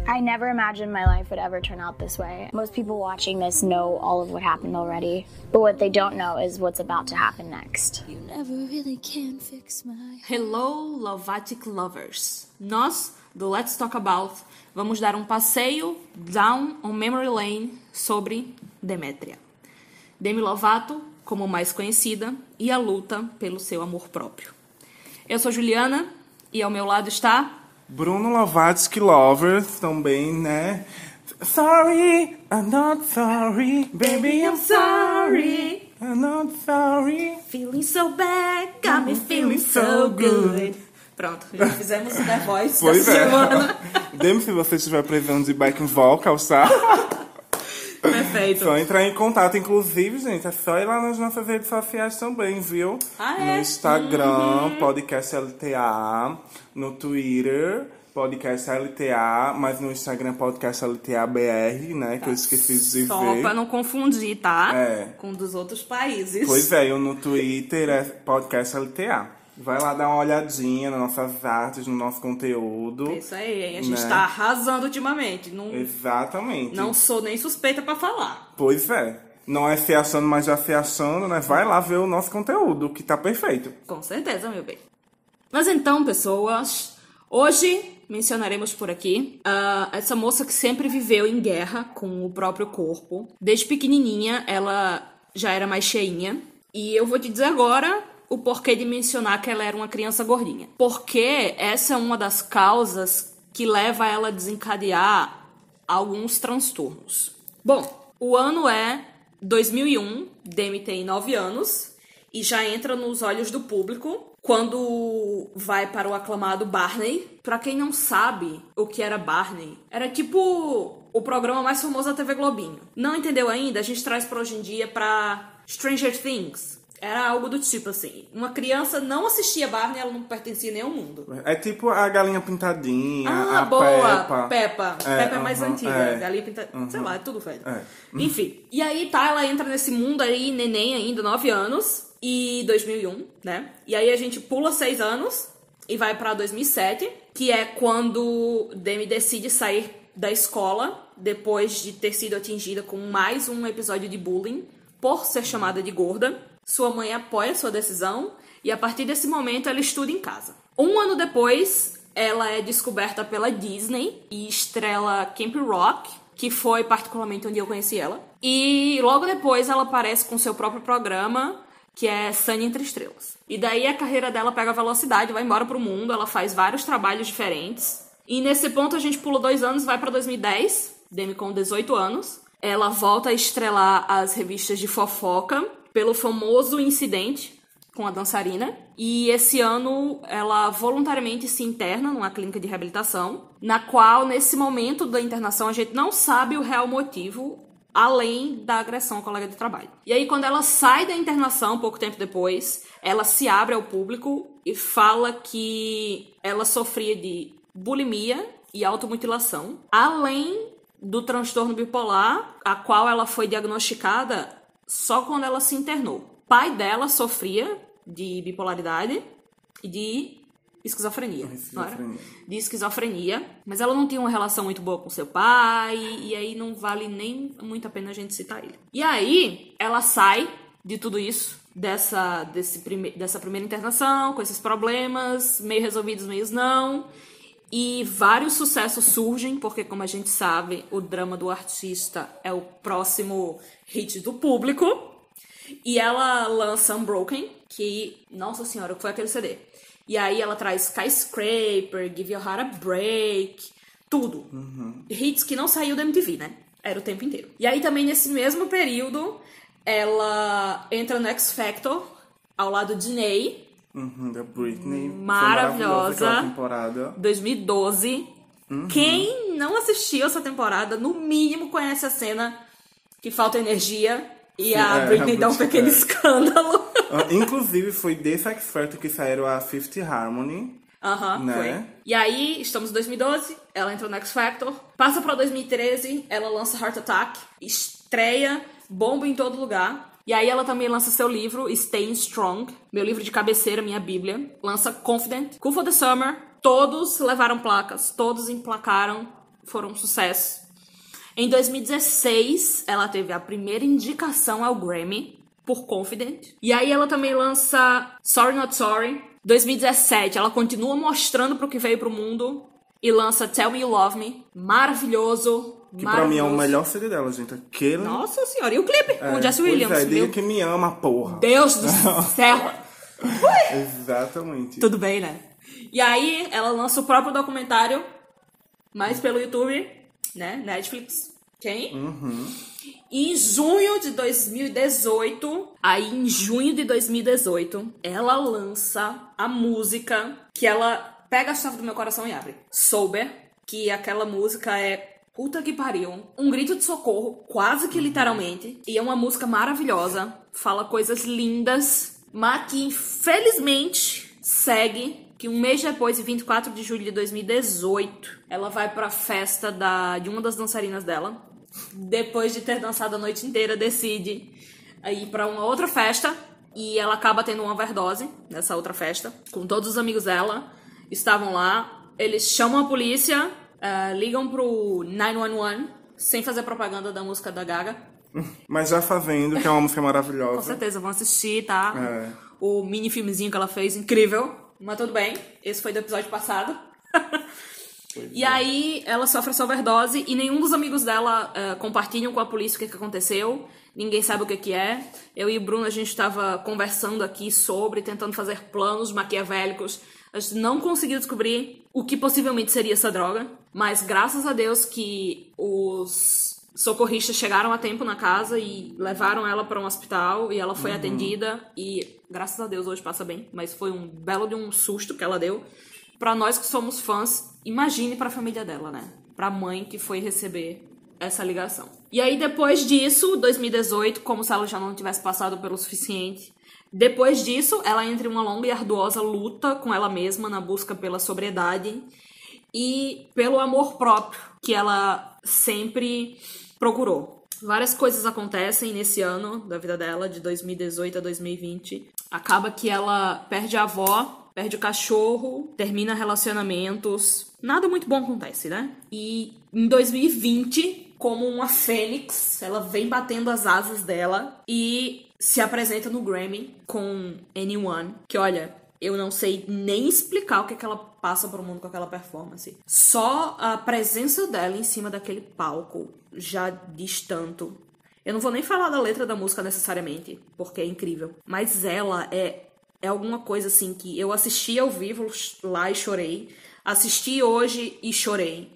I never imagined my life would ever turn out this way. Most people watching this know all of what happened already, but what they don't know is what's about to happen next. You never really can fix my... Hello, Lovatic lovers. Nós, do Let's Talk About, vamos dar um passeio down on memory lane sobre Demétria. Demi Lovato, como mais conhecida, e a luta pelo seu amor próprio. Eu sou Juliana e ao meu lado está... Bruno Lovatsky Lovers também, né? Sorry, I'm not sorry, baby, I'm sorry, I'm not sorry. Feeling so bad, got me feeling so good. Pronto, já fizemos o The Voice Pois dessa semana. Demi, se você estiver precisando de backing vocal, tá? Perfeito. Só entrar em contato, inclusive, gente, é só ir lá nas nossas redes sociais também, viu? É? No Instagram, Podcast LTA, no Twitter, Podcast LTA, mas no Instagram, Podcast LTA BR, né? Que eu esqueci de dizer. Só pra não confundir, tá? É. Com dos outros países. Pois é, eu no Twitter é Podcast LTA. Vai lá dar uma olhadinha nas nossas artes, no nosso conteúdo. Isso aí, hein? A gente né? tá arrasando ultimamente. Não, Exatamente. não sou nem suspeita pra falar. Pois é. Não é se achando, mas já se achando, né? Vai lá ver o nosso conteúdo, que tá perfeito. Com certeza, meu bem. Mas então, pessoas, hoje mencionaremos por aqui essa moça que sempre viveu em guerra com o próprio corpo. Desde pequenininha, ela já era mais cheinha. E eu vou te dizer agora o porquê de mencionar que ela era uma criança gordinha. Porque essa é uma das causas que leva ela a desencadear alguns transtornos. Bom, o ano é 2001, Demi tem 9 anos e já entra nos olhos do público quando vai para o aclamado Barney. Pra quem não sabe o que era Barney, era tipo o programa mais famoso da TV Globinho. Não entendeu ainda? A gente traz pra hoje em dia pra Stranger Things. Era algo do tipo assim, uma criança não assistia Barney, ela não pertencia nem ao mundo. É tipo a Galinha Pintadinha, a boa! Peppa. Peppa é mais antiga, Galinha Pintadinha, sei lá, é tudo velho. Enfim, e aí tá, ela entra nesse mundo aí, neném ainda, 9 anos, e 2001, né? E aí a gente pula 6 anos e vai pra 2007, que é quando Demi decide sair da escola, depois de ter sido atingida com mais um episódio de bullying, por ser chamada de gorda. Sua mãe apoia sua decisão e a partir desse momento ela estuda em casa. Um ano depois, ela é descoberta pela Disney e estrela Camp Rock, que foi particularmente onde eu conheci ela. E logo depois ela aparece com seu próprio programa, que é Sunny Entre Estrelas. E daí a carreira dela pega velocidade, vai embora pro mundo, ela faz vários trabalhos diferentes. E nesse ponto a gente pula 2 anos, vai pra 2010, Demi com 18 anos. Ela volta a estrelar as revistas de fofoca pelo famoso incidente com a dançarina. E esse ano ela voluntariamente se interna numa clínica de reabilitação, na qual, nesse momento da internação, a gente não sabe o real motivo, além da agressão ao colega de trabalho. E aí, quando ela sai da internação, pouco tempo depois, ela se abre ao público e fala que ela sofria de bulimia e automutilação, além do transtorno bipolar, a qual ela foi diagnosticada só quando ela se internou. O pai dela sofria de bipolaridade e de esquizofrenia. Não era? De esquizofrenia. Mas ela não tinha uma relação muito boa com seu pai, e aí não vale nem muito a pena a gente citar ele. E aí, ela sai de tudo isso, dessa primeira internação, com esses problemas, meio resolvidos, meio não. E vários sucessos surgem, porque, como a gente sabe, o drama do artista é o próximo hit do público. E ela lança Unbroken, que, nossa senhora, foi aquele CD. E aí ela traz Skyscraper, Give Your Heart a Break, tudo. Hits que não saiu da MTV, né? Era o tempo inteiro. E aí também, nesse mesmo período, ela entra no X Factor, ao lado de Ney. Da Britney. Maravilhosa. Temporada. 2012. Quem não assistiu essa temporada, no mínimo conhece a cena que falta energia e a Britney dá um pequeno escândalo. Inclusive, foi desse X Factor que saíram a Fifth Harmony. Né? Foi. E aí, estamos em 2012, ela entrou no X Factor. Passa pra 2013, ela lança Heart Attack, estreia, bomba em todo lugar. E aí ela também lança seu livro, Staying Strong, meu livro de cabeceira, minha bíblia. Lança Confident, Cool for the Summer. Todos levaram placas, todos emplacaram foram um sucesso. Em 2016, ela teve a primeira indicação ao Grammy por Confident. E aí ela também lança Sorry Not Sorry. 2017, ela continua mostrando pro que veio pro mundo e lança Tell Me You Love Me. Maravilhoso. Que pra mim é o melhor CD dela, gente. Aquele... Nossa senhora. E o clipe com o Jesse Williams. Diga que me ama, porra. Deus do céu. Exatamente. Tudo bem, né? E aí ela lança o próprio documentário, mas pelo YouTube, né? Netflix. Quem? E em junho de 2018, ela lança a música que ela pega a chave do meu coração e abre. Sober, que aquela música é puta que pariu. Um grito de socorro, quase que literalmente. E é uma música maravilhosa, fala coisas lindas, mas que infelizmente segue que um mês depois, em 24 de julho de 2018, ela vai pra festa de uma das dançarinas dela. Depois de ter dançado a noite inteira, decide ir pra uma outra festa. E ela acaba tendo uma overdose nessa outra festa. Com todos os amigos dela, estavam lá. Eles chamam a polícia, ligam pro 911, sem fazer propaganda da música da Gaga. Mas já fazendo, que é uma música maravilhosa. Com certeza, vão assistir, tá? O mini filmezinho que ela fez, incrível. Mas tudo bem, esse foi do episódio passado. E aí ela sofre essa overdose e nenhum dos amigos dela compartilham com a polícia o que aconteceu. Ninguém sabe o que é. Eu e o Bruno, a gente estava conversando aqui sobre, tentando fazer planos maquiavélicos. A gente não conseguiu descobrir o que possivelmente seria essa droga. Mas graças a Deus que os socorristas chegaram a tempo na casa e levaram ela para um hospital e ela foi atendida e graças a Deus hoje passa bem, mas foi um belo de um susto que ela deu. Pra nós que somos fãs, imagine pra família dela, né? Pra mãe que foi receber essa ligação. E aí depois disso, 2018, como se ela já não tivesse passado pelo suficiente, depois disso ela entra em uma longa e arduosa luta com ela mesma na busca pela sobriedade e pelo amor próprio que ela sempre procurou. Várias coisas acontecem nesse ano da vida dela, de 2018 a 2020. Acaba que ela perde a avó, perde o cachorro, termina relacionamentos. Nada muito bom acontece, né? E em 2020, como uma fênix, ela vem batendo as asas dela e se apresenta no Grammy com Anyone, que olha, eu não sei nem explicar o que ela passa pro mundo com aquela performance. Só a presença dela em cima daquele palco já diz tanto. Eu não vou nem falar da letra da música necessariamente, porque é incrível. Mas ela é alguma coisa assim que eu assisti ao vivo lá e chorei. Assisti hoje e chorei.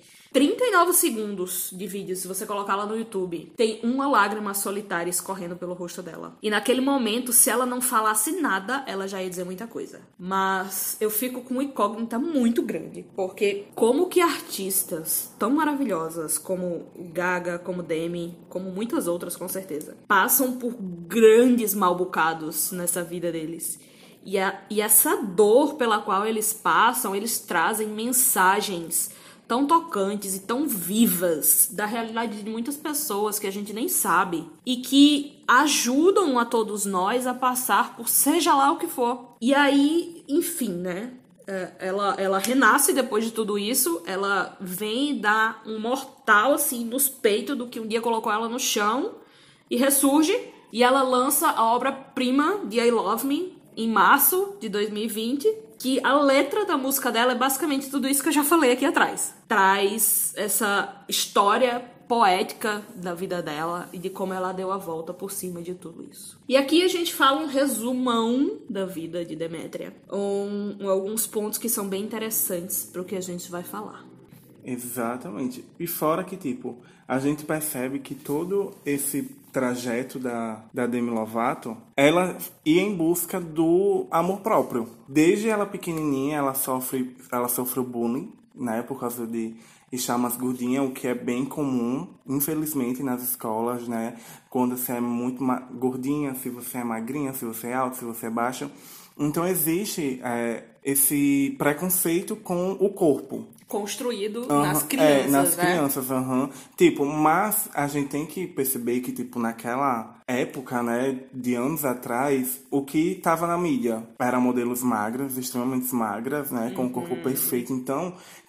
39 segundos de vídeo, se você colocar lá no YouTube, tem uma lágrima solitária escorrendo pelo rosto dela. E naquele momento, se ela não falasse nada, ela já ia dizer muita coisa. Mas eu fico com uma incógnita muito grande, porque como que artistas tão maravilhosas como Gaga, como Demi, como muitas outras com certeza, passam por grandes mal-bocados nessa vida deles. E essa dor pela qual eles passam, eles trazem mensagens tão tocantes e tão vivas da realidade de muitas pessoas que a gente nem sabe e que ajudam a todos nós a passar por seja lá o que for. E aí, enfim, né? Ela renasce depois de tudo isso, ela vem dar um mortal, assim, nos peitos do que um dia colocou ela no chão e ressurge. E ela lança a obra-prima de I Love Me em março de 2020, que a letra da música dela é basicamente tudo isso que eu já falei aqui atrás. Traz essa história poética da vida dela e de como ela deu a volta por cima de tudo isso. E aqui a gente fala um resumão da vida de Demétria, alguns pontos que são bem interessantes para o que a gente vai falar. Exatamente. E fora que, tipo, a gente percebe que todo esse trajeto da Demi Lovato, ela ia em busca do amor próprio. Desde ela pequenininha, ela sofre bullying, né, por causa de estar mais gordinha, o que é bem comum, infelizmente, nas escolas, né, quando você é muito gordinha, se você é magrinha, se você é alta, se você é baixa. Então existe esse preconceito com o corpo. Construído nas crianças, nas crianças, Tipo, mas a gente tem que perceber que, tipo, naquela época, né, de anos atrás, o que tava na mídia eram modelos magras, extremamente magras, né, com o corpo perfeito. Então,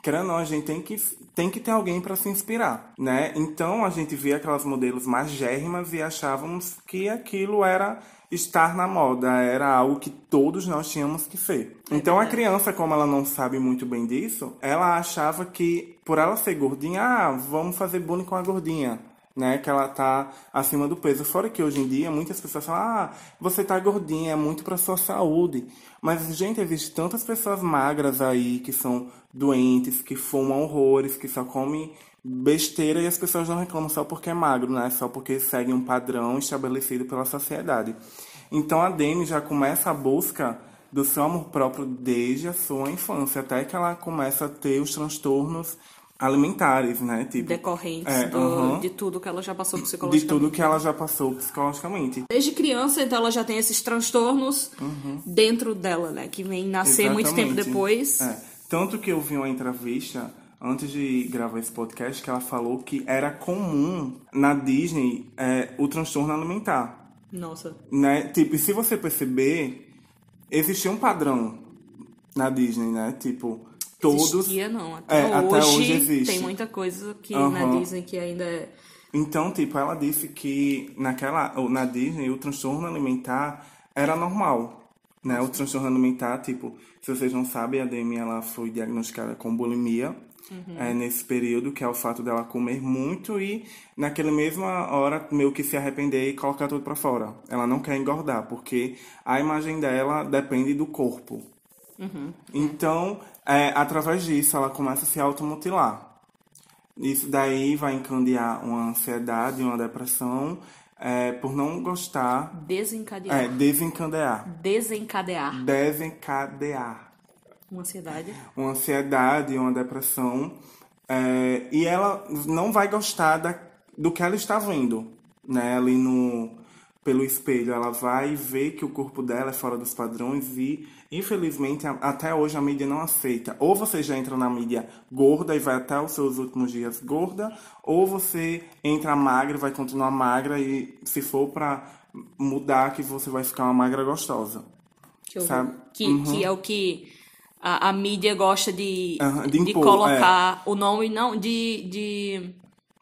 querendo ou não, a gente tem que ter alguém para se inspirar, né? Então a gente via aquelas modelos magérrimas e achávamos que aquilo era estar na moda, era algo que todos nós tínhamos que ser. Então a criança, como ela não sabe muito bem disso, ela achava que por ela ser gordinha, vamos fazer bullying com a gordinha, né? Que ela tá acima do peso. Fora que hoje em dia muitas pessoas falam, você tá gordinha, é muito pra sua saúde. Mas, gente, existem tantas pessoas magras aí que são doentes, que fumam horrores, que só comem besteira e as pessoas não reclamam só porque é magro, né? Só porque segue um padrão estabelecido pela sociedade. Então a Demi já começa a busca do seu amor próprio desde a sua infância, até que ela começa a ter os transtornos alimentares, né? Tipo, decorrentes de tudo que ela já passou De psicologicamente. tudo que ela já passou psicologicamente. Desde criança, então ela já tem esses transtornos dentro dela, né? Que vem nascer muito tempo depois. Tanto que eu vi uma entrevista antes de gravar esse podcast que ela falou que era comum na Disney o transtorno alimentar. Nossa. Né? Tipo, e se você perceber, existia um padrão na Disney, né? Tipo, todos... Existia, não. Até hoje existe. Tem muita coisa que na Disney que ainda é... Então, tipo, ela disse que na Disney o transtorno alimentar era normal, né? O transtorno alimentar, tipo, se vocês não sabem, a Demi, ela foi diagnosticada com bulimia nesse período, que é o fato dela comer muito e naquela mesma hora meio que se arrepender e colocar tudo pra fora. Ela não quer engordar, porque a imagem dela depende do corpo. Então, através disso, ela começa a se automutilar. Isso daí vai encadear uma ansiedade, uma depressão, por não gostar... Desencadear. Desencadear. Uma ansiedade, uma depressão. E ela não vai gostar do que ela está vendo, né? Ali pelo espelho. Ela vai ver que o corpo dela é fora dos padrões e, infelizmente, até hoje a mídia não aceita. Ou você já entra na mídia gorda e vai até os seus últimos dias gorda, ou você entra magra e vai continuar magra e, se for pra mudar, que você vai ficar uma magra gostosa. Sabe? Que é o que... A mídia gosta de impor, colocar o nome, não, de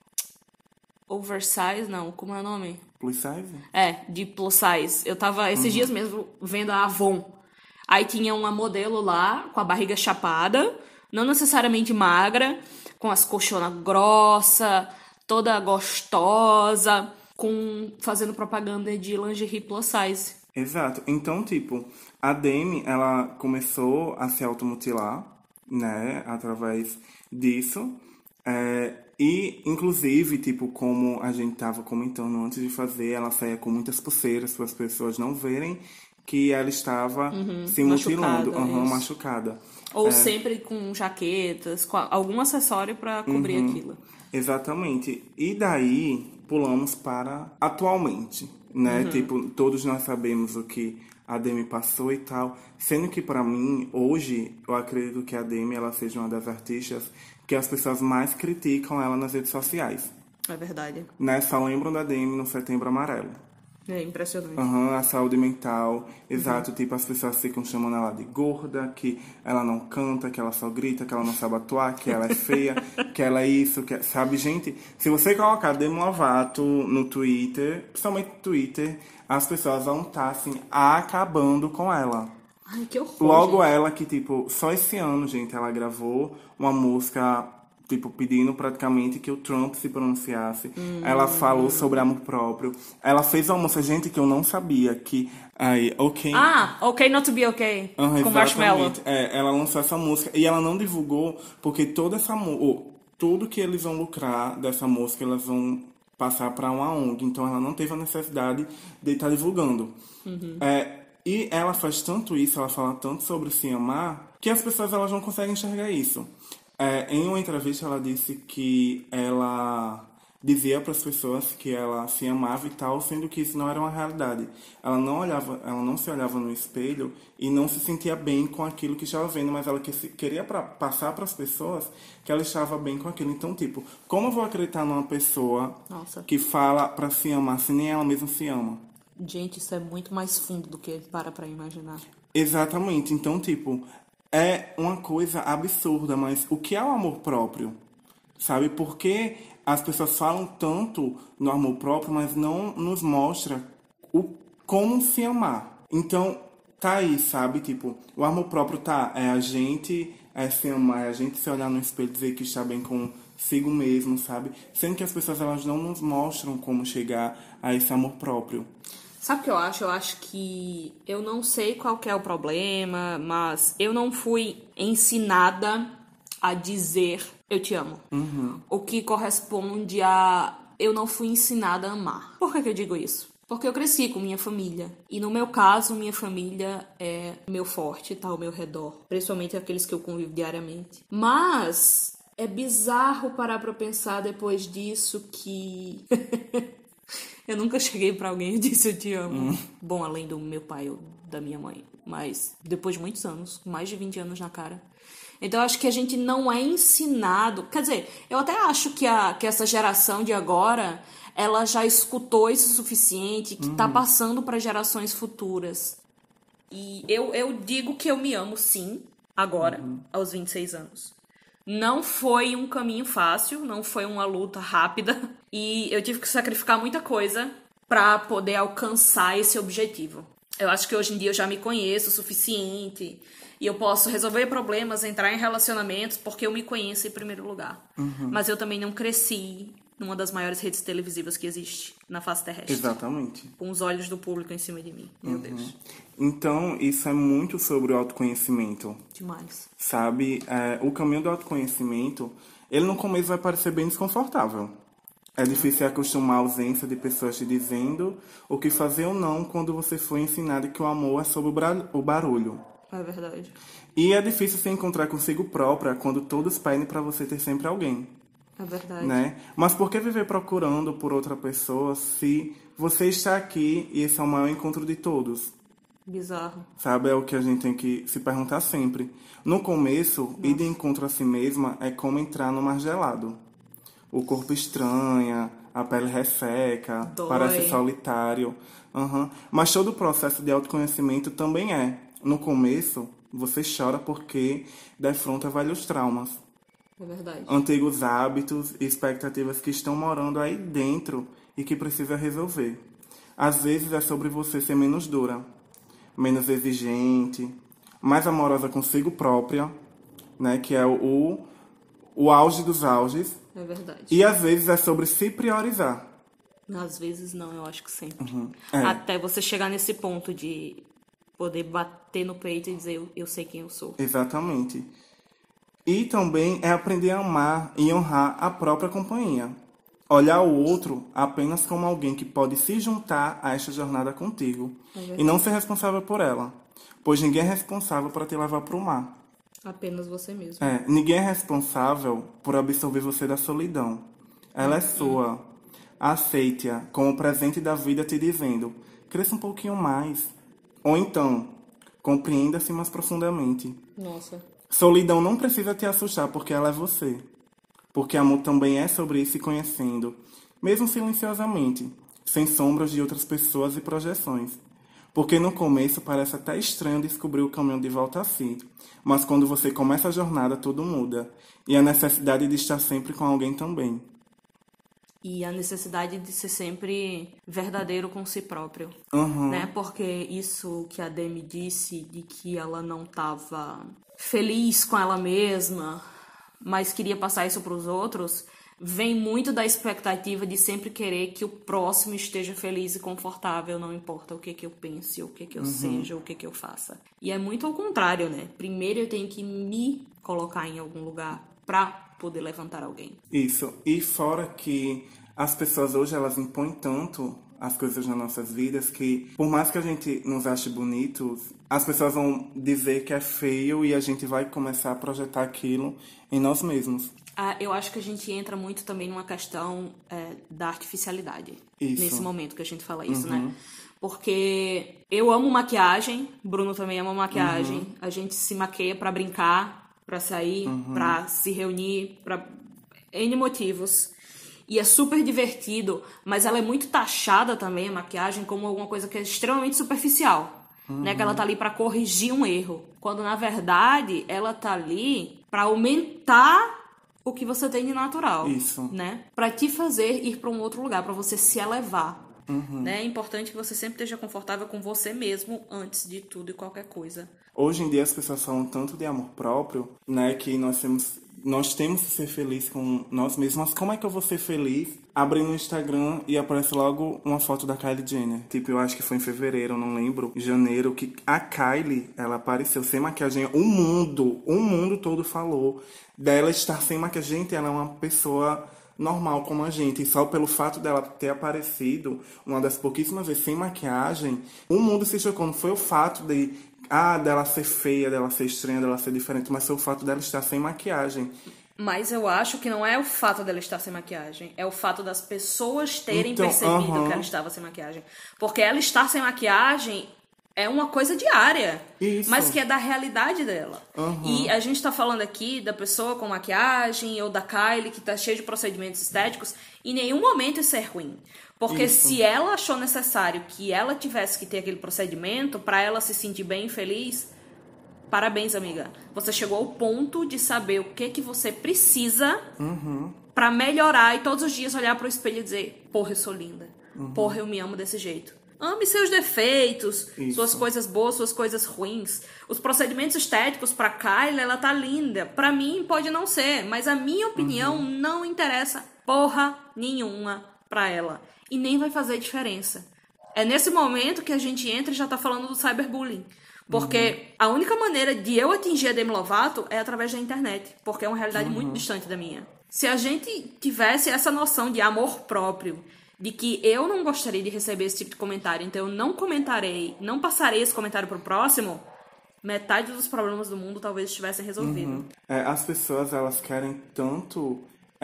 oversize, não, como é o nome? Plus size? De plus size. Eu tava esses dias mesmo vendo a Avon. Aí tinha uma modelo lá, com a barriga chapada, não necessariamente magra, com as coxonas grossas, toda gostosa, fazendo propaganda de lingerie plus size. Exato. Então, tipo, a Demi, ela começou a se automutilar, né, através disso. E, inclusive, tipo, como a gente tava comentando antes de fazer, ela saía com muitas pulseiras para as pessoas não verem que ela estava se mutilando, machucada. Ou sempre com jaquetas, com algum acessório para cobrir aquilo. Exatamente. E daí, pulamos para atualmente. Né? Tipo, todos nós sabemos o que a Demi passou e tal. Sendo que, pra mim, hoje, eu acredito que a Demi, ela seja uma das artistas que as pessoas mais criticam ela nas redes sociais. É verdade. Né? Só lembram da Demi no Setembro Amarelo. É impressionante. A saúde mental, exato. Tipo, as pessoas ficam chamando ela de gorda, que ela não canta, que ela só grita, que ela não sabe atuar, que ela é feia, que ela é isso, que... Sabe, gente? Se você colocar Demi Lovato no Twitter, principalmente no Twitter, as pessoas vão estar, assim, acabando com ela. Ai, que horror, Logo gente. ela que, tipo, só esse ano, gente, ela gravou uma música... tipo, pedindo praticamente que o Trump se pronunciasse. Ela falou sobre amor próprio. Ela fez uma música, gente, que eu não sabia, que... OK Not To Be OK, com Marshmello. Ela lançou essa música e ela não divulgou, porque toda essa tudo que eles vão lucrar dessa música, elas vão passar para uma ONG. Então, ela não teve a necessidade de estar divulgando. E ela faz tanto isso, ela fala tanto sobre se amar, que as pessoas elas não conseguem enxergar isso. Em uma entrevista, ela disse que ela dizia para as pessoas que ela se amava e tal, sendo que isso não era uma realidade. Ela não se olhava no espelho e não se sentia bem com aquilo que estava vendo, mas ela queria passar para as pessoas que ela estava bem com aquilo. Então, tipo, como eu vou acreditar numa pessoa que fala para se amar se nem ela mesma se ama? Gente, isso é muito mais fundo do que para imaginar. Exatamente. Então, tipo... é uma coisa absurda, mas o que é o amor próprio? Sabe? Porque as pessoas falam tanto no amor próprio, mas não nos mostra como se amar. Então, tá aí, sabe? Tipo, o amor próprio é a gente se amar, é a gente se olhar no espelho e dizer que está bem consigo mesmo, sabe? Sendo que as pessoas, elas não nos mostram como chegar a esse amor próprio. Sabe o que eu acho? Eu acho que eu não sei qual que é o problema, mas eu não fui ensinada a dizer eu te amo. O que corresponde a eu não fui ensinada a amar. Por que eu digo isso? Porque eu cresci com minha família. E no meu caso, minha família é meu forte, tá ao meu redor. Principalmente aqueles que eu convivo diariamente. Mas é bizarro parar pra pensar depois disso que... eu nunca cheguei pra alguém e disse eu te amo. Bom, além do meu pai ou da minha mãe. Mas depois de muitos anos, com mais de 20 anos na cara. Então eu acho que a gente não é ensinado... Quer dizer, eu até acho que essa geração de agora... ela já escutou isso o suficiente, que tá passando para gerações futuras. E eu digo que eu me amo, sim, agora, aos 26 anos. Não foi um caminho fácil, não foi uma luta rápida. E eu tive que sacrificar muita coisa para poder alcançar esse objetivo. Eu acho que hoje em dia eu já me conheço o suficiente... e eu posso resolver problemas, entrar em relacionamentos, porque eu me conheço em primeiro lugar. Mas eu também não cresci... numa das maiores redes televisivas que existe na face terrestre. Exatamente. Com os olhos do público em cima de mim. Meu Deus. Então, isso é muito sobre o autoconhecimento. Demais. Sabe? O caminho do autoconhecimento, ele no começo vai parecer bem desconfortável. É difícil acostumar a ausência de pessoas te dizendo o que fazer ou não quando você foi ensinado que o amor é sobre o barulho. É verdade. E é difícil se encontrar consigo própria quando todos pedem pra você ter sempre alguém. É verdade. Né? Mas por que viver procurando por outra pessoa se você está aqui e esse é o maior encontro de todos? Bizarro. Sabe? É o que a gente tem que se perguntar sempre. No começo, ir de encontro a si mesma é como entrar no mar gelado. O corpo estranha, a pele resseca, Dói. parece solitário. Mas todo o processo de autoconhecimento também é. No começo, você chora porque defronta velhos traumas. É verdade. Antigos hábitos e expectativas que estão morando aí dentro e que precisa resolver. Às vezes é sobre você ser menos dura, menos exigente, mais amorosa consigo própria, né? Que é o auge dos auges. É verdade. E às vezes é sobre se priorizar. Às vezes não, eu acho que sempre. É. Até você chegar nesse ponto de poder bater no peito e dizer eu sei quem eu sou. Exatamente. E também é aprender a amar e honrar a própria companhia. Olhar o outro apenas como alguém que pode se juntar a esta jornada contigo. E não ser responsável por ela. Pois ninguém é responsável para te levar para o mar. Apenas você mesmo. Ninguém é responsável por absorver você da solidão. Ela é sua. Aceite-a como presente da vida te dizendo, cresça um pouquinho mais. Ou então, compreenda-se mais profundamente. Nossa. Solidão não precisa te assustar porque ela é você. Porque amor também é sobre ir se conhecendo, mesmo silenciosamente, sem sombras de outras pessoas e projeções. Porque no começo parece até estranho descobrir o caminho de volta a si. Mas quando você começa a jornada, tudo muda. E a necessidade de estar sempre com alguém também. E a necessidade de ser sempre verdadeiro com si próprio. Né? Porque isso que a Demi disse, de que ela não estava feliz com ela mesma, mas queria passar isso para os outros, vem muito da expectativa de sempre querer que o próximo esteja feliz e confortável, não importa o que eu pense, o que eu seja, o que eu faça. E é muito ao contrário, né? Primeiro eu tenho que me colocar em algum lugar para poder levantar alguém. Isso. E fora que as pessoas hoje, elas impõem tanto as coisas nas nossas vidas que, por mais que a gente nos ache bonitos, as pessoas vão dizer que é feio e a gente vai começar a projetar aquilo em nós mesmos. Eu acho que a gente entra muito também numa questão da artificialidade. Isso. Nesse momento que a gente fala isso, né? Porque eu amo maquiagem, Bruno também ama maquiagem, a gente se maqueia pra brincar, pra sair, pra se reunir, pra N motivos. E é super divertido, mas ela é muito taxada também, a maquiagem, como alguma coisa que é extremamente superficial. né? Que ela tá ali pra corrigir um erro. Quando, na verdade, ela tá ali pra aumentar o que você tem de natural. Isso. Né? Pra te fazer ir pra um outro lugar, pra você se elevar. Né? É importante que você sempre esteja confortável com você mesmo antes de tudo e qualquer coisa. Hoje em dia as pessoas falam tanto de amor próprio, né, que nós temos que ser felizes com nós mesmos. Mas como é que eu vou ser feliz abrindo o Instagram e aparece logo uma foto da Kylie Jenner? Tipo, eu acho que foi em fevereiro, eu não lembro, em janeiro, que a Kylie, ela apareceu sem maquiagem. O mundo todo falou dela estar sem maquiagem. Gente, ela é uma pessoa normal como a gente. E só pelo fato dela ter aparecido uma das pouquíssimas vezes sem maquiagem, o mundo se chocou. Não foi o fato dela ser feia, dela ser estranha, dela ser diferente, mas foi o fato dela estar sem maquiagem. Mas eu acho que não é o fato dela estar sem maquiagem, é o fato das pessoas terem percebido que ela estava sem maquiagem. Porque ela estar sem maquiagem é uma coisa diária, mas que é da realidade dela. E a gente tá falando aqui da pessoa com maquiagem ou da Kylie que tá cheia de procedimentos estéticos. Em nenhum momento isso é ruim. Porque se ela achou necessário que ela tivesse que ter aquele procedimento pra ela se sentir bem e feliz, parabéns, amiga. Você chegou ao ponto de saber o que você precisa pra melhorar e todos os dias olhar pro espelho e dizer: porra, eu sou linda. Porra, eu me amo desse jeito. Ame seus defeitos, suas coisas boas, suas coisas ruins. Os procedimentos estéticos pra Kylie, ela tá linda. Pra mim pode não ser, mas a minha opinião não interessa porra nenhuma pra ela. E nem vai fazer diferença. É nesse momento que a gente entra e já tá falando do cyberbullying. Porque a única maneira de eu atingir a Demi Lovato é através da internet. Porque é uma realidade muito distante da minha. Se a gente tivesse essa noção de amor próprio, de que eu não gostaria de receber esse tipo de comentário, então eu não comentarei, não passarei esse comentário pro próximo, metade dos problemas do mundo talvez estivessem resolvidos. As pessoas, elas querem tanto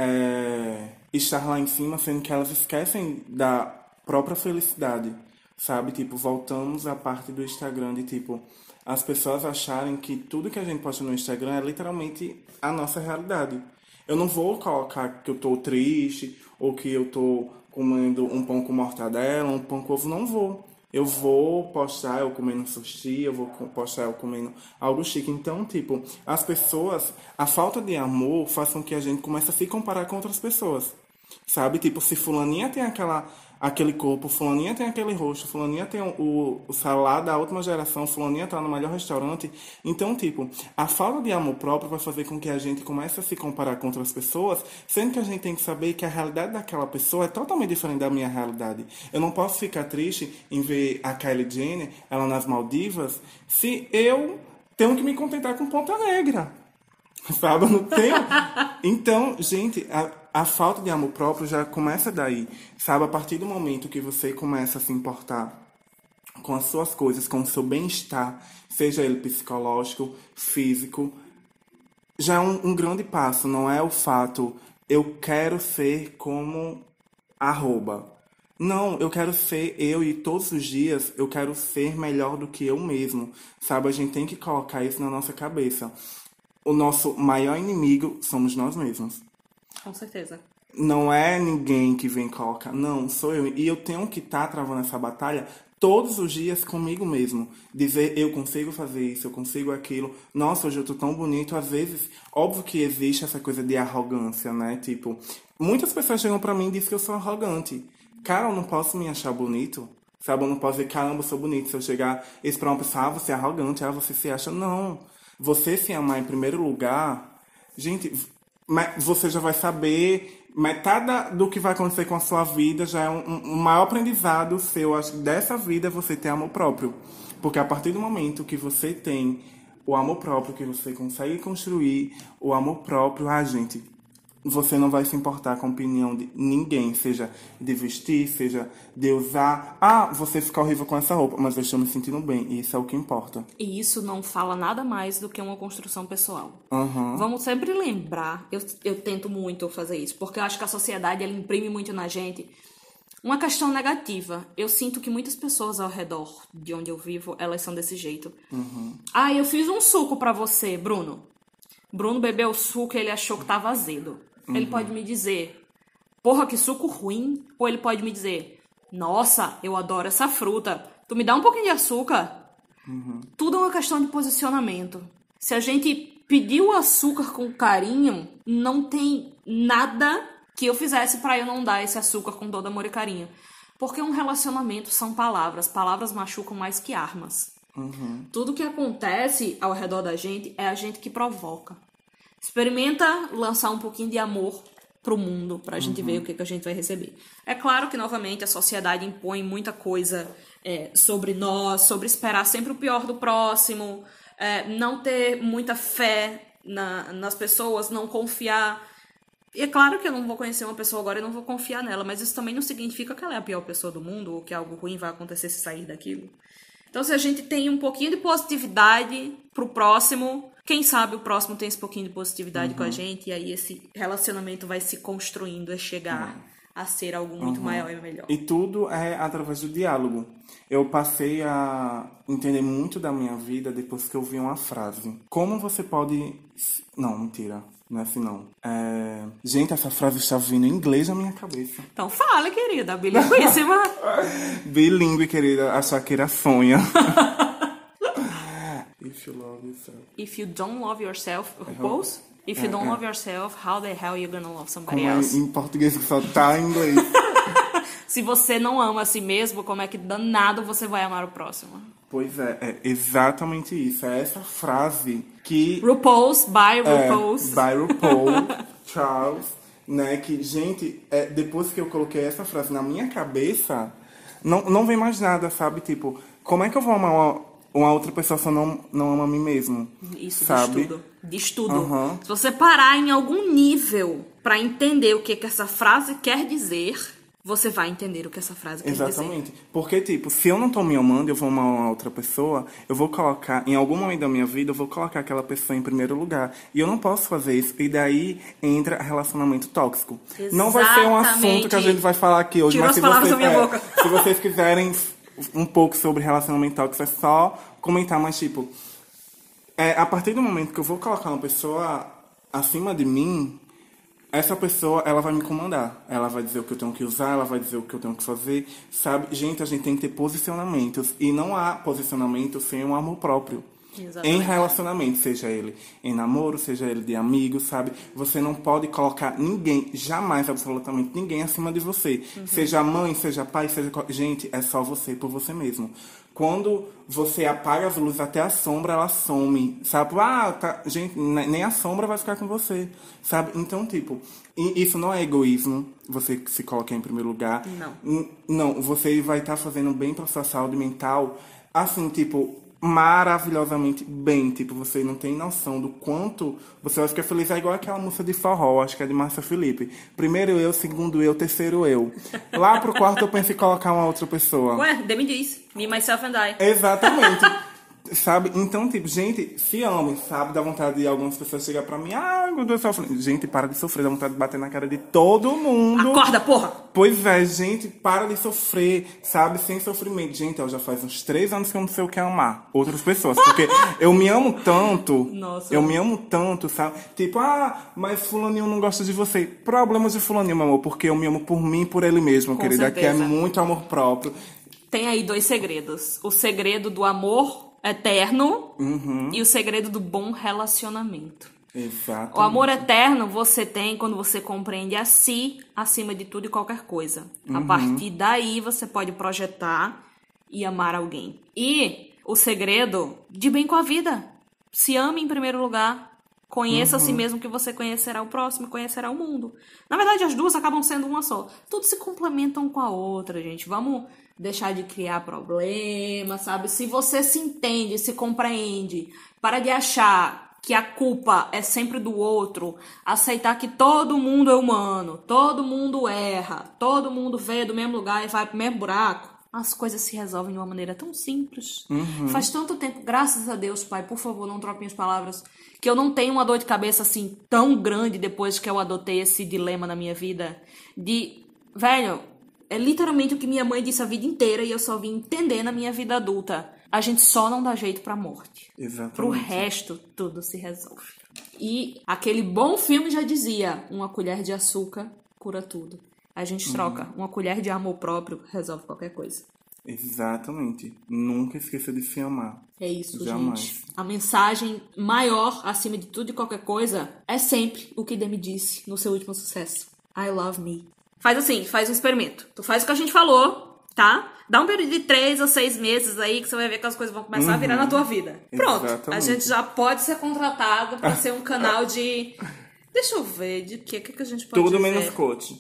estar lá em cima, sendo que elas esquecem da própria felicidade, sabe? Tipo, voltamos à parte do Instagram de, tipo, as pessoas acharem que tudo que a gente posta no Instagram é literalmente a nossa realidade. Eu não vou colocar que eu tô triste, ou que eu tô comendo um pão com mortadela, um pão com ovo, não vou. Eu vou postar eu comendo sushi, eu vou postar eu comendo algo chique. Então, tipo, as pessoas, a falta de amor faz com que a gente comece a se comparar com outras pessoas. Sabe? Tipo, se fulaninha tem aquele corpo, fulaninha tem aquele rosto, fulaninha tem o salário da última geração, fulaninha tá no melhor restaurante. Então, tipo, a falta de amor próprio vai fazer com que a gente comece a se comparar com outras pessoas, sendo que a gente tem que saber que a realidade daquela pessoa é totalmente diferente da minha realidade. Eu não posso ficar triste em ver a Kylie Jenner, ela nas Maldivas, se eu tenho que me contentar com Ponta Negra. Sabe? Eu não tenho... Então, gente... A falta de amor próprio já começa daí, sabe? A partir do momento que você começa a se importar com as suas coisas, com o seu bem-estar, seja ele psicológico, físico, já é um grande passo. Não é o fato, eu quero ser como arroba. Não, eu quero ser eu e todos os dias eu quero ser melhor do que eu mesmo, sabe? A gente tem que colocar isso na nossa cabeça. O nosso maior inimigo somos nós mesmos. Com certeza. Não é ninguém que vem colocar. Não, sou eu. E eu tenho que estar travando essa batalha todos os dias comigo mesmo. Dizer, eu consigo fazer isso, eu consigo aquilo. Nossa, hoje eu tô tão bonito. Às vezes, óbvio que existe essa coisa de arrogância, né? Tipo, muitas pessoas chegam pra mim e dizem que eu sou arrogante. Cara, eu não posso me achar bonito. Sabe? Eu não posso dizer, caramba, eu sou bonito. Se eu chegar e esperar uma pessoa, você é arrogante, você se acha. Não. Você se amar em primeiro lugar, gente... Mas você já vai saber, metade do que vai acontecer com a sua vida já é um maior aprendizado seu. Acho que dessa vida você tem amor próprio. Porque a partir do momento que você tem o amor próprio, que você consegue construir o amor próprio, gente, você não vai se importar com a opinião de ninguém, seja de vestir, seja de usar. Você fica horrível com essa roupa, mas eu estou me sentindo bem, e isso é o que importa. E isso não fala nada mais do que uma construção pessoal. Vamos sempre lembrar, eu tento muito fazer isso, porque eu acho que a sociedade ela imprime muito na gente uma questão negativa. Eu sinto que muitas pessoas ao redor de onde eu vivo, elas são desse jeito. Eu fiz um suco pra você, Bruno. Bruno bebeu o suco e ele achou que tava azedo. Ele pode me dizer, porra, que suco ruim. Ou ele pode me dizer, nossa, eu adoro essa fruta. Tu me dá um pouquinho de açúcar? Tudo é uma questão de posicionamento. Se a gente pedir o açúcar com carinho, não tem nada que eu fizesse pra eu não dar esse açúcar com todo amor e carinho. Porque um relacionamento são palavras. Palavras machucam mais que armas. Tudo que acontece ao redor da gente é a gente que provoca. Experimenta lançar um pouquinho de amor pro mundo, pra gente ver o que a gente vai receber. É claro que, novamente, a sociedade impõe muita coisa sobre nós, sobre esperar sempre o pior do próximo, não ter muita fé nas pessoas, não confiar. E é claro que eu não vou conhecer uma pessoa agora e não vou confiar nela, mas isso também não significa que ela é a pior pessoa do mundo ou que algo ruim vai acontecer se sair daquilo. Então, se a gente tem um pouquinho de positividade pro próximo, quem sabe o próximo tem esse pouquinho de positividade com a gente, e aí esse relacionamento vai se construindo a chegar a ser algo muito maior e melhor. E tudo é através do diálogo. Eu passei a entender muito da minha vida depois que eu vi uma frase. Como você pode... Não, mentira. Não é assim, não. Gente, essa frase está vindo em inglês na minha cabeça. Então fale, querida. Bilinguíssima. Bilingue, querida. A Shakira sonha. If you love yourself. If you don't love yourself, RuPaul's? If you don't love yourself, how the hell you gonna love somebody else? Em português que só tá em inglês. Se você não ama a si mesmo, como é que danado você vai amar o próximo? Pois é exatamente isso. É essa frase que... RuPaul's, by RuPaul's. By RuPaul, Charles, né? Que, gente, depois que eu coloquei essa frase na minha cabeça, não vem mais nada, sabe? Tipo, como é que eu vou amar uma outra pessoa se eu não amo a mim mesmo? Isso, sabe? Diz tudo. Se você parar em algum nível pra entender o que essa frase quer dizer, você vai entender o que essa frase quer dizer. Exatamente. Porque, tipo, se eu não tô me amando, eu vou amar uma outra pessoa, eu vou colocar, em algum momento da minha vida, eu vou colocar aquela pessoa em primeiro lugar. E eu não posso fazer isso. E daí entra relacionamento tóxico. Exatamente. Não vai ser um assunto que a gente vai falar aqui hoje. Tirou mas as palavras da minha boca. Se vocês quiserem um pouco sobre relacionamento tóxico, é só comentar, mas, tipo, a partir do momento que eu vou colocar uma pessoa acima de mim, essa pessoa, ela vai me comandar. Ela vai dizer o que eu tenho que usar, ela vai dizer o que eu tenho que fazer, sabe? Gente, a gente tem que ter posicionamentos. E não há posicionamento sem um amor próprio. Exatamente. Em relacionamento, seja ele em namoro, seja ele de amigo, sabe? Você não pode colocar ninguém, jamais, absolutamente ninguém acima de você. Seja mãe, seja pai, seja... Gente, é só você por você mesmo. Quando você apaga as luzes, até a sombra, ela some, sabe? Gente, nem a sombra vai ficar com você, sabe? Então, tipo, isso não é egoísmo, você se colocar em primeiro lugar. Não, você vai estar fazendo bem pra sua saúde mental, assim, tipo, maravilhosamente bem. Tipo, você não tem noção do quanto você vai ficar feliz. É igual aquela música de forró, acho que é de Márcia Felipe. Primeiro eu, segundo eu, terceiro eu. Lá pro quarto eu pensei em colocar uma outra pessoa. Ué, me diz. Me, myself and I. Exatamente. Sabe? Então, tipo, gente, se amem, sabe? Dá vontade de algumas pessoas chegar pra mim. Meu Deus do céu. Gente, para de sofrer. Dá vontade de bater na cara de todo mundo. Acorda, porra! Pois é, gente, para de sofrer, sabe? Sem sofrimento. Gente, já faz uns 3 anos que eu não sei o que é amar outras pessoas. Porque eu me amo tanto. Nossa. Eu me amo tanto, sabe? Tipo, mas fulaninho não gosta de você. Problemas de fulaninho, meu amor. Porque eu me amo por mim e por ele mesmo, com querida. certeza. Que é muito amor próprio. Tem aí 2 segredos. O segredo do amor eterno e o segredo do bom relacionamento. Exatamente. O amor eterno você tem quando você compreende a si acima de tudo e qualquer coisa. A partir daí você pode projetar e amar alguém. E o segredo de bem com a vida. Se ame em primeiro lugar. Conheça a si mesmo, que você conhecerá o próximo e conhecerá o mundo. Na verdade, as duas acabam sendo uma só. Tudo se complementam com a outra, gente. Vamos deixar de criar problemas, sabe? Se você se entende, se compreende, para de achar que a culpa é sempre do outro, aceitar que todo mundo é humano, todo mundo erra, todo mundo veio do mesmo lugar e vai pro mesmo buraco, as coisas se resolvem de uma maneira tão simples. Faz tanto tempo, graças a Deus, pai, por favor, não troque minhas palavras, que eu não tenho uma dor de cabeça assim tão grande depois que eu adotei esse dilema na minha vida de, velho, é literalmente o que minha mãe disse a vida inteira e eu só vim entender na minha vida adulta. A gente só não dá jeito pra morte. Exatamente. Pro resto, tudo se resolve. E aquele bom filme já dizia, uma colher de açúcar cura tudo. A gente troca. Uma colher de amor próprio resolve qualquer coisa. Exatamente. Nunca esqueça de se amar. É isso, Jamais. gente. A mensagem maior, acima de tudo e qualquer coisa, é sempre o que Demi disse no seu último sucesso. I love me. Faz assim, faz um experimento. Tu faz o que a gente falou, tá? Dá um período de 3 ou 6 meses aí que você vai ver que as coisas vão começar a virar na tua vida. Pronto. Exatamente. A gente já pode ser contratado pra ser um canal de... Deixa eu ver, de quê? O que a gente pode Tudo dizer? menos coach.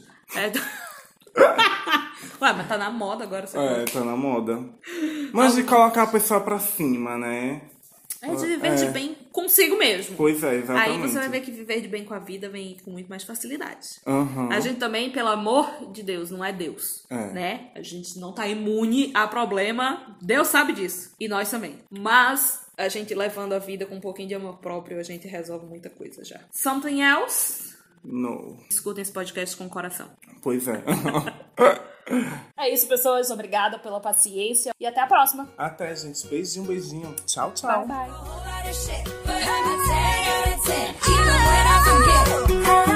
Ué, mas tá na moda agora. Tá na moda. Mas de colocar a pessoa pra cima, né? É de viver de bem consigo mesmo. Pois é, exatamente. Aí você vai ver que viver de bem com a vida vem com muito mais facilidade. Uhum. A gente também, pelo amor de Deus, não é Deus, né? A gente não tá imune a problema. Deus sabe disso. E nós também. Mas a gente levando a vida com um pouquinho de amor próprio, a gente resolve muita coisa já. Something else? No. Escutem esse podcast com o coração. Pois é. É isso, pessoas. Obrigada pela paciência. E até a próxima. Até, gente. Beijinho. Tchau, tchau. Bye, bye. But I'm a 10 out of 10, even when I forget.